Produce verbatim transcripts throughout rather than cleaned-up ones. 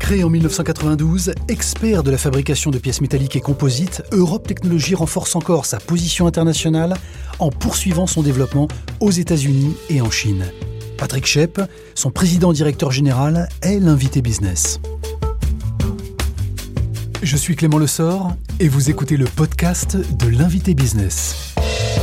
Créé en mille neuf cent quatre-vingt-douze, expert de la fabrication de pièces métalliques et composites, Europe Technologies renforce encore sa position internationale en poursuivant son développement aux États-Unis et en Chine. Patrick Schepp, son président-directeur général, est l'invité business. Je suis Clément Lessort et vous écoutez le podcast de l'invité business.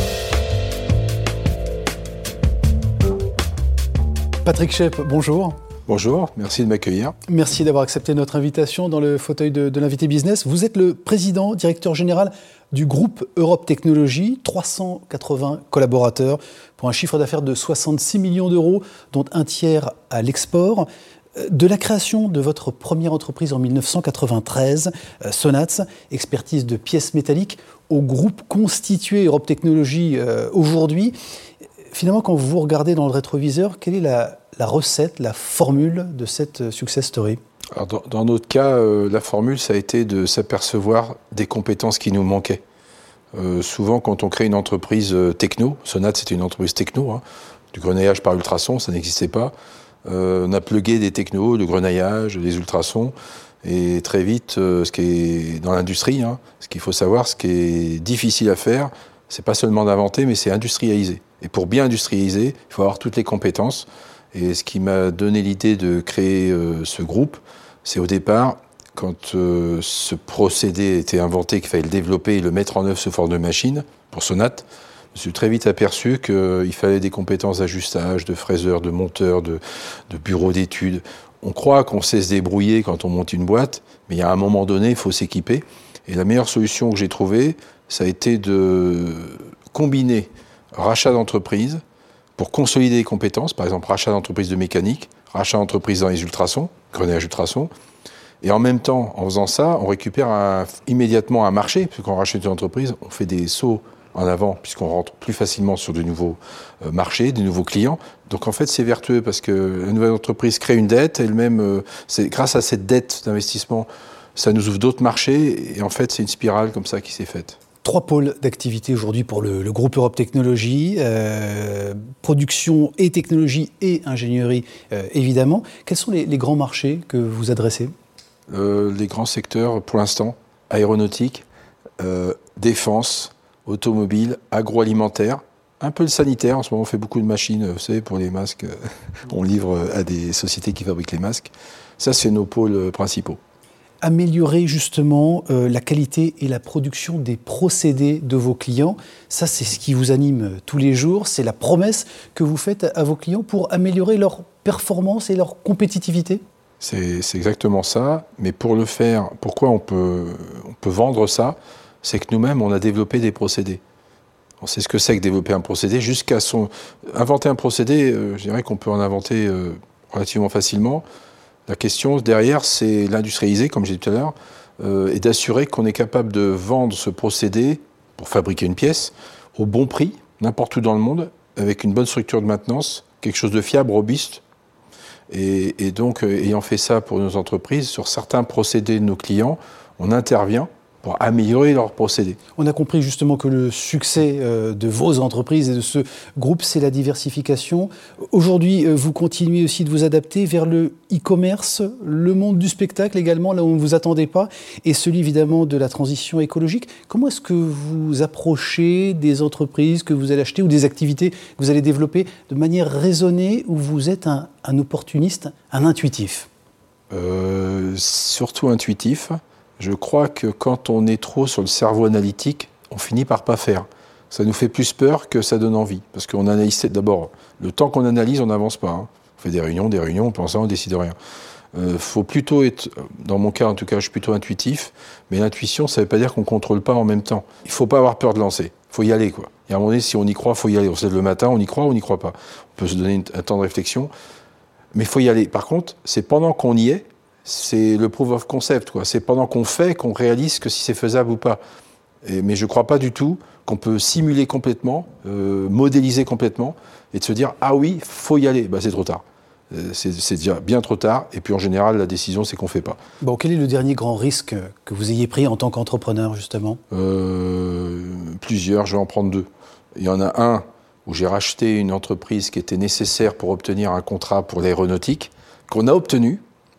Patrick Schepp, bonjour. Bonjour, merci de m'accueillir. Merci d'avoir accepté notre invitation dans le fauteuil de, de l'invité business. Vous êtes le président, directeur général du groupe Europe Technologies, trois cent quatre-vingts collaborateurs pour un chiffre d'affaires de soixante-six millions d'euros, dont un tiers à l'export. De la création de votre première entreprise en mille neuf cent quatre-vingt-treize, Sonats, expertise de pièces métalliques, au groupe constitué Europe Technologies euh, aujourd'hui. Finalement, quand vous regardez dans le rétroviseur, quelle est la, la recette, la formule de cette success story ? Alors dans, dans notre cas, euh, la formule, ça a été de s'apercevoir des compétences qui nous manquaient. Euh, souvent, quand on crée une entreprise euh, techno, Sonats, c'était une entreprise techno, hein, du grenaillage par ultrasons, ça n'existait pas. Euh, on a plugué des technos, le grenaillage, les ultrasons, et très vite, euh, ce qui est dans l'industrie, hein, ce qu'il faut savoir, ce qui est difficile à faire, c'est pas seulement d'inventer, mais c'est industrialiser. Et pour bien industrialiser, il faut avoir toutes les compétences. Et ce qui m'a donné l'idée de créer euh, ce groupe, c'est au départ, quand euh, ce procédé a été inventé, qu'il fallait le développer et le mettre en œuvre sous forme de machine, pour Sonat, je me suis très vite aperçu qu'il euh, fallait des compétences d'ajustage, de fraiseur, de monteur, de, de bureau d'études. On croit qu'on sait se débrouiller quand on monte une boîte, mais il y a un moment donné, il faut s'équiper. Et la meilleure solution que j'ai trouvée, ça a été de combiner rachat d'entreprise pour consolider les compétences, par exemple rachat d'entreprise de mécanique, rachat d'entreprise dans les ultrasons, grenaillage ultrasons, et en même temps, en faisant ça, on récupère un, immédiatement un marché, parce qu'on rachète une entreprise, on fait des sauts en avant, puisqu'on rentre plus facilement sur de nouveaux euh, marchés, de nouveaux clients. Donc en fait, c'est vertueux, parce que la nouvelle entreprise crée une dette, elle-même, euh, c'est grâce à cette dette d'investissement, ça nous ouvre d'autres marchés, et en fait, c'est une spirale comme ça qui s'est faite. Trois pôles d'activité aujourd'hui pour le, le groupe Europe Technologies, euh, production et technologie et ingénierie euh, évidemment. Quels sont les, les grands marchés que vous adressez ? euh, Les grands secteurs pour l'instant, aéronautique, euh, défense, automobile, agroalimentaire, un peu le sanitaire. En ce moment on fait beaucoup de machines, vous savez, pour les masques, on livre à des sociétés qui fabriquent les masques. Ça c'est nos pôles principaux. Améliorer justement euh, la qualité et la production des procédés de vos clients. Ça, c'est ce qui vous anime tous les jours. C'est la promesse que vous faites à vos clients pour améliorer leur performance et leur compétitivité. C'est, c'est exactement ça. Mais pour le faire, pourquoi on peut, on peut vendre ça ? C'est que nous-mêmes, on a développé des procédés. On sait ce que c'est que développer un procédé. Jusqu'à son... Inventer un procédé, euh, je dirais qu'on peut en inventer euh, relativement facilement. La question derrière, c'est l'industrialiser, comme j'ai dit tout à l'heure, euh, et d'assurer qu'on est capable de vendre ce procédé pour fabriquer une pièce au bon prix, n'importe où dans le monde, avec une bonne structure de maintenance, quelque chose de fiable, robuste. Et, et donc, euh, ayant fait ça pour nos entreprises, sur certains procédés de nos clients, on intervient pour améliorer leurs procédés. On a compris justement que le succès euh, de vos entreprises et de ce groupe, c'est la diversification. Aujourd'hui, euh, vous continuez aussi de vous adapter vers le e-commerce, le monde du spectacle également, là où on ne vous attendait pas, et celui évidemment de la transition écologique. Comment est-ce que vous approchez des entreprises que vous allez acheter ou des activités que vous allez développer de manière raisonnée, où vous êtes un, un opportuniste, un intuitif ? euh, Surtout intuitif. Je crois que quand on est trop sur le cerveau analytique, on finit par pas faire. Ça nous fait plus peur que ça donne envie. Parce qu'on analyse d'abord. Le temps qu'on analyse, on n'avance pas. Hein. On fait des réunions, des réunions, on pense ça, on décide rien. Euh, faut plutôt être, dans mon cas en tout cas, je suis plutôt intuitif. Mais l'intuition, ça ne veut pas dire qu'on ne contrôle pas en même temps. Il ne faut pas avoir peur de lancer. Il faut y aller, quoi. Et à un moment donné, si on y croit, il faut y aller. On se lève le matin, on y croit ou on n'y croit pas. On peut se donner un temps de réflexion. Mais il faut y aller. Par contre, c'est pendant qu'on y est, c'est le proof of concept, quoi. C'est pendant qu'on fait qu'on réalise que si c'est faisable ou pas. Et, mais je ne crois pas du tout qu'on peut simuler complètement, euh, modéliser complètement, et de se dire « Ah oui, il faut y aller ». Bah, c'est trop tard. Euh, c'est, c'est déjà bien trop tard. Et puis en général, la décision, c'est qu'on ne fait pas. Bon, quel est le dernier grand risque que vous ayez pris en tant qu'entrepreneur, justement ? euh, Plusieurs, je vais en prendre deux. Il y en a un où j'ai racheté une entreprise qui était nécessaire pour obtenir un contrat pour l'aéronautique, qu'on a obtenu.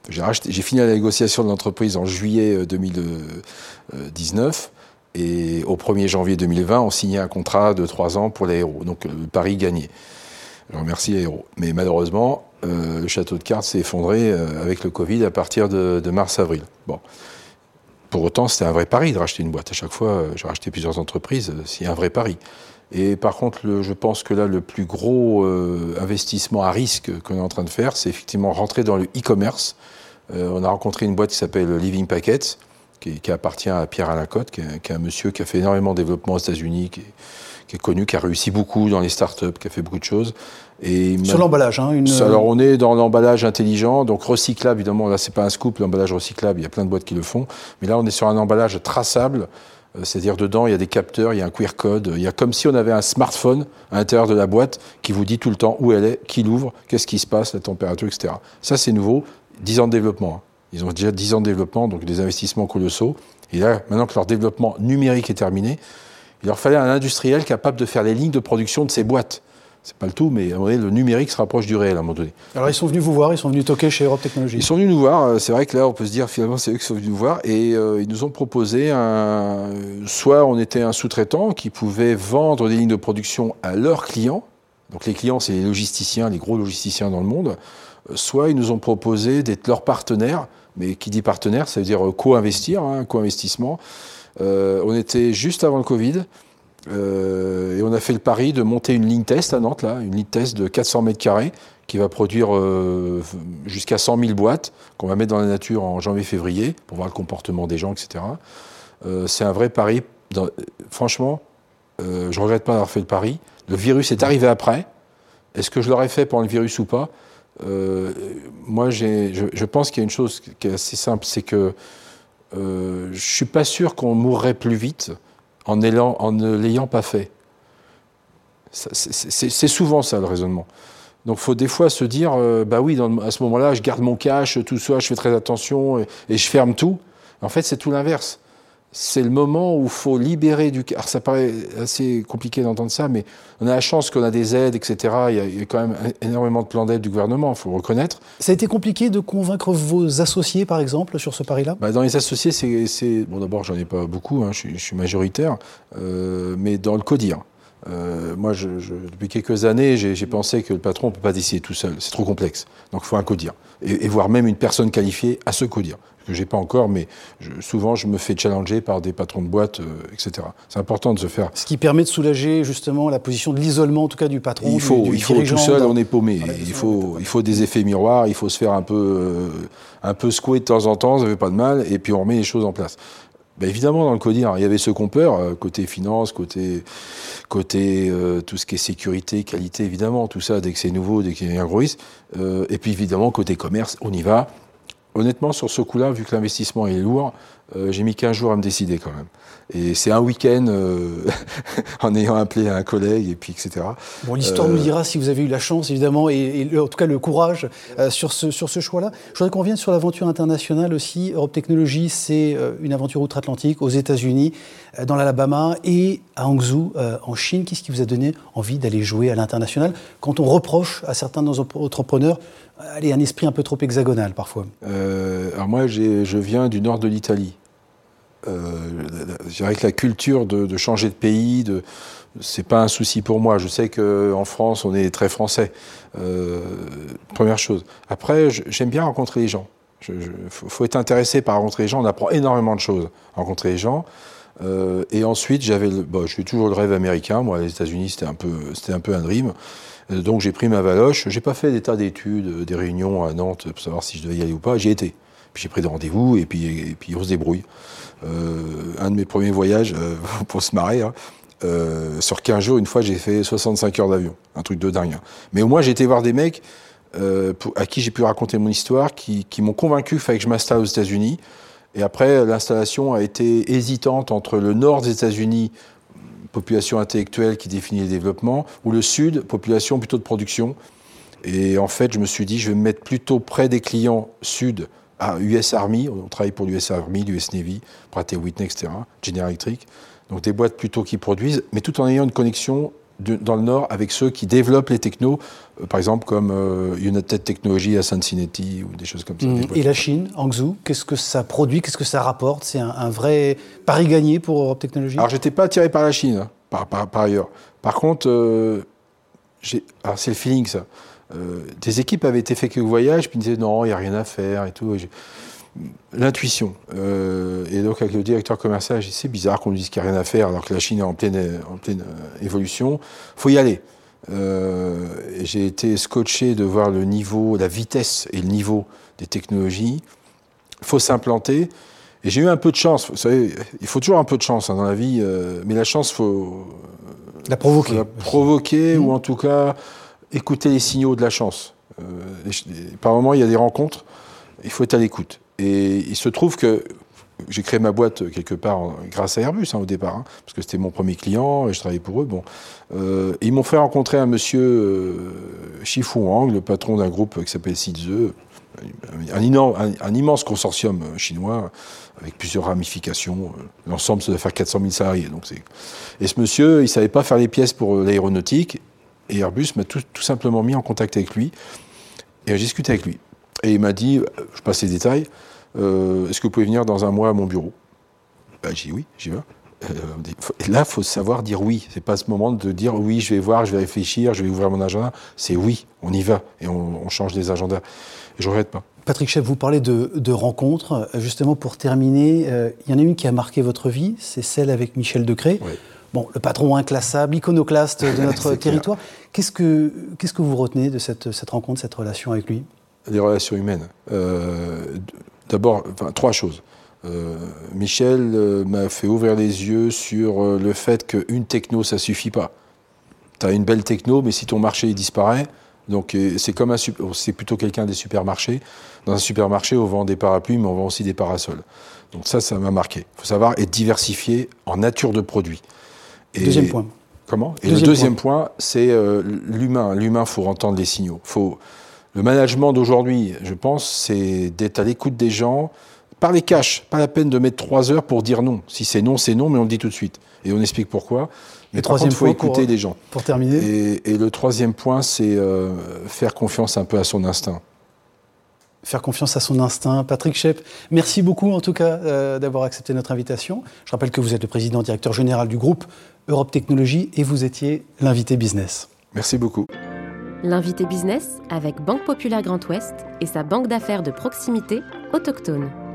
J'ai, racheté, j'ai fini la négociation de l'entreprise en juillet deux mille dix-neuf. Et au premier janvier deux mille vingt, on signait un contrat de trois ans pour l'aéro. Donc le pari gagné. Je remercie l'aéro. Mais malheureusement, euh, le château de cartes s'est effondré euh, avec le Covid à partir de, de mars-avril. Bon. Pour autant, c'était un vrai pari de racheter une boîte. À chaque fois, euh, j'ai racheté plusieurs entreprises, euh, c'est un vrai pari. Et par contre, le, je pense que là, le plus gros euh, investissement à risque qu'on est en train de faire, c'est effectivement rentrer dans le e-commerce. Euh, on a rencontré une boîte qui s'appelle Living Packets, qui, qui appartient à Pierre Alain Cotte, qui est, qui est un monsieur qui a fait énormément de développement aux États-Unis, qui est, qui est connu, qui a réussi beaucoup dans les startups, qui a fait beaucoup de choses. Et sur l'emballage, hein, une... Alors on est dans l'emballage intelligent, donc recyclable, évidemment, là c'est pas un scoop, l'emballage recyclable, il y a plein de boîtes qui le font, mais là on est sur un emballage traçable, euh, c'est-à-dire dedans il y a des capteurs, il y a un Q R code, il y a comme si on avait un smartphone à l'intérieur de la boîte qui vous dit tout le temps où elle est, qui l'ouvre, qu'est-ce qui se passe, la température, et cetera. Ça c'est nouveau, dix ans de développement. Hein. Ils ont déjà dix ans de développement, donc des investissements colossaux. Et là, maintenant que leur développement numérique est terminé, il leur fallait un industriel capable de faire les lignes de production de ces boîtes. C'est pas le tout, mais à un moment donné, le numérique se rapproche du réel à un moment donné. Alors ils sont venus vous voir, ils sont venus toquer chez Europe Technologies. Ils sont venus nous voir, c'est vrai que là on peut se dire finalement c'est eux qui sont venus nous voir, et euh, ils nous ont proposé, un, soit on était un sous-traitant qui pouvait vendre des lignes de production à leurs clients, donc les clients c'est les logisticiens, les gros logisticiens dans le monde, soit ils nous ont proposé d'être leurs partenaires, mais qui dit partenaire ça veut dire co-investir, hein, co-investissement. Euh, on était juste avant le Covid, euh, et on a fait le pari de monter une ligne test à Nantes, là, une ligne test de quatre cents mètres carrés, qui va produire euh, jusqu'à cent mille boîtes, qu'on va mettre dans la nature en janvier-février, pour voir le comportement des gens, et cetera. Euh, c'est un vrai pari. Dans, franchement, euh, je ne regrette pas d'avoir fait le pari. Le virus est arrivé après. Est-ce que je l'aurais fait pendant le virus ou pas ? euh, Moi, j'ai, je, je pense qu'il y a une chose qui est assez simple, c'est que Euh, je ne suis pas sûr qu'on mourrait plus vite en, élan, en ne l'ayant pas fait. Ça, c'est, c'est, c'est souvent ça le raisonnement. Donc il faut des fois se dire, euh, bah oui, dans, à ce moment-là, je garde mon cash, tout ça, je fais très attention et, et je ferme tout. En fait, c'est tout l'inverse. C'est le moment où il faut libérer du... Alors ça paraît assez compliqué d'entendre ça, mais on a la chance qu'on a des aides, et cetera. Il y a, il y a quand même énormément de plans d'aide du gouvernement, il faut le reconnaître. Ça a été compliqué de convaincre vos associés, par exemple, sur ce pari-là ? Bah, dans les associés, c'est... c'est... Bon, d'abord, j'en ai pas beaucoup, hein, je, suis, je suis majoritaire, euh, mais dans le CODIR. Euh, moi, je, je, depuis quelques années, j'ai, j'ai pensé que le patron ne peut pas décider tout seul. C'est trop complexe. Donc, il faut un CODIR. Et, et voire même une personne qualifiée à ce CODIR. Que je n'ai pas encore, mais je, souvent, je me fais challenger par des patrons de boîte, euh, et cetera. C'est important de se faire... Ce qui permet de soulager, justement, la position de l'isolement, en tout cas, du patron, il faut, du, du il faut tout seul, on est paumé. Voilà, il, faut, il faut des effets miroirs, il faut se faire un peu, euh, un peu secouer de temps en temps, ça ne fait pas de mal, et puis on remet les choses en place. Ben évidemment, dans le CODIR, il y avait ceux qui ont peur, côté finance, côté, côté euh, tout ce qui est sécurité, qualité, évidemment, tout ça, dès que c'est nouveau, dès qu'il y a un gros risque. Euh, et puis évidemment, côté commerce, on y va. Honnêtement, sur ce coup-là, vu que l'investissement est lourd, euh, j'ai mis quinze jours à me décider quand même. Et c'est un week-end euh, en ayant appelé un collègue, et puis et cetera. Bon, l'histoire euh... nous dira si vous avez eu la chance, évidemment, et, et le, en tout cas le courage euh, sur ce, sur ce choix-là. Je voudrais qu'on revienne sur l'aventure internationale aussi. Europe Technologies, c'est euh, une aventure outre-Atlantique, aux États-Unis, euh, dans l'Alabama et à Hangzhou, euh, en Chine. Qu'est-ce qui vous a donné envie d'aller jouer à l'international quand on reproche à certains de nos entrepreneurs allez, un esprit un peu trop hexagonal parfois? euh, Alors moi, j'ai, je viens du nord de l'Italie. Euh, je dirais que la culture de, de changer de pays, de, c'est pas un souci pour moi. Je sais qu'en France, on est très français. Euh, première chose. Après, je, j'aime bien rencontrer les gens. Il faut, faut être intéressé par rencontrer les gens. On apprend énormément de choses à rencontrer les gens. Euh, et ensuite, j'avais, le, bon, je suis toujours le rêve américain. Moi, les États-Unis, c'était un peu, c'était un peu un dream. Donc, j'ai pris ma valoche. J'ai pas fait des tas d'études, des réunions à Nantes pour savoir si je devais y aller ou pas. J'y étais. Puis j'ai pris des rendez-vous et puis, et puis on se débrouille. Euh, un de mes premiers voyages, euh, pour se marrer, hein, euh, sur quinze jours, une fois, j'ai fait soixante-cinq heures d'avion. Un truc de dingue. Hein. Mais au moins, j'ai été voir des mecs euh, pour, à qui j'ai pu raconter mon histoire, qui, qui m'ont convaincu qu'il fallait que je m'installe aux États-Unis. Et après, l'installation a été hésitante entre le nord des États-Unis, population intellectuelle qui définit le développement, ou le sud, population plutôt de production. Et en fait, je me suis dit, je vais me mettre plutôt près des clients sud, à U S Army, on travaille pour l'U S Army, l'U S Navy, Pratt et Whitney, et cetera, General Electric. Donc des boîtes plutôt qui produisent, mais tout en ayant une connexion de, dans le Nord avec ceux qui développent les technos, euh, par exemple comme euh, United Technologies à Cincinnati ou des choses comme ça. Mmh. Et la Chine, Hangzhou, qu'est-ce que ça produit, qu'est-ce que ça rapporte? C'est un, un vrai pari gagné pour Europe Technologies? Alors, j'étais pas attiré par la Chine, hein, par, par, par ailleurs. Par contre, euh, j'ai, alors c'est le feeling, ça. Euh, des équipes avaient été fait quelques voyages, puis ils me disaient non, il n'y a rien à faire et tout. Et j'ai... L'intuition. Euh, et donc, avec le directeur commercial, j'ai dit c'est bizarre qu'on nous dise qu'il n'y a rien à faire alors que la Chine est en pleine, en pleine euh, évolution. Il faut y aller. Euh, et j'ai été scotché de voir le niveau, la vitesse et le niveau des technologies. Il faut s'implanter. Et j'ai eu un peu de chance. Vous savez, il faut toujours un peu de chance hein, dans la vie, euh, mais la chance, il faut la provoquer. Faut la provoquer mmh. ou en tout cas écouter les signaux de la chance. Euh, et, et, par moments, il y a des rencontres, il faut être à l'écoute. Et il se trouve que j'ai créé ma boîte quelque part grâce à Airbus hein, au départ, hein, parce que c'était mon premier client et je travaillais pour eux. Bon, euh, ils m'ont fait rencontrer un monsieur euh, Shifu Wang, le patron d'un groupe qui s'appelle Sizhe, un, un, un, un immense consortium chinois avec plusieurs ramifications. L'ensemble, ça doit faire quatre cent mille salariés. Donc c'est... Et ce monsieur, il ne savait pas faire les pièces pour l'aéronautique. Et Airbus m'a tout, tout simplement mis en contact avec lui. Et j'ai discuté avec lui. Et il m'a dit, je passe les détails, euh, est-ce que vous pouvez venir dans un mois à mon bureau? Ben, j'ai dit oui, j'y vais. Euh, et là, il faut savoir dire oui. Ce n'est pas ce moment de dire oui, je vais voir, je vais réfléchir, je vais ouvrir mon agenda. C'est oui, on y va. Et on, on change les agendas. Et je ne regrette pas. Patrick Chef, vous parlez de, de rencontres. Justement, pour terminer, euh, il y en a une qui a marqué votre vie, c'est celle avec Michel Decré. Oui. Bon, le patron inclassable, iconoclaste de notre territoire. Qu'est-ce que, qu'est-ce que vous retenez de cette, cette rencontre, cette relation avec lui? Les relations humaines. Euh, d'abord, enfin, trois choses. Euh, Michel euh, m'a fait ouvrir les yeux sur euh, le fait qu'une techno, ça ne suffit pas. Tu as une belle techno, mais si ton marché il disparaît, donc c'est comme un, c'est plutôt quelqu'un des supermarchés. Dans un supermarché, on vend des parapluies, mais on vend aussi des parasols. Donc ça, ça m'a marqué. Il faut savoir être diversifié en nature de produits. Et deuxième point. Comment? Et deuxième le deuxième point, point, c'est euh, l'humain. L'humain, il faut entendre les signaux. Faut... Le management d'aujourd'hui, je pense, c'est d'être à l'écoute des gens. Par les cash, pas la peine de mettre trois heures pour dire non. Si c'est non, c'est non, mais on le dit tout de suite. Et on explique pourquoi. Mais par contre, il faut écouter pour, les gens. Pour terminer. Et, et le troisième point, c'est euh, faire confiance un peu à son instinct. Faire confiance à son instinct. Patrick Chep, merci beaucoup en tout cas euh, d'avoir accepté notre invitation. Je rappelle que vous êtes le président directeur général du groupe Europe Technologies et vous étiez l'invité business. Merci beaucoup. L'invité business avec Banque Populaire Grand Ouest et sa banque d'affaires de proximité autochtone.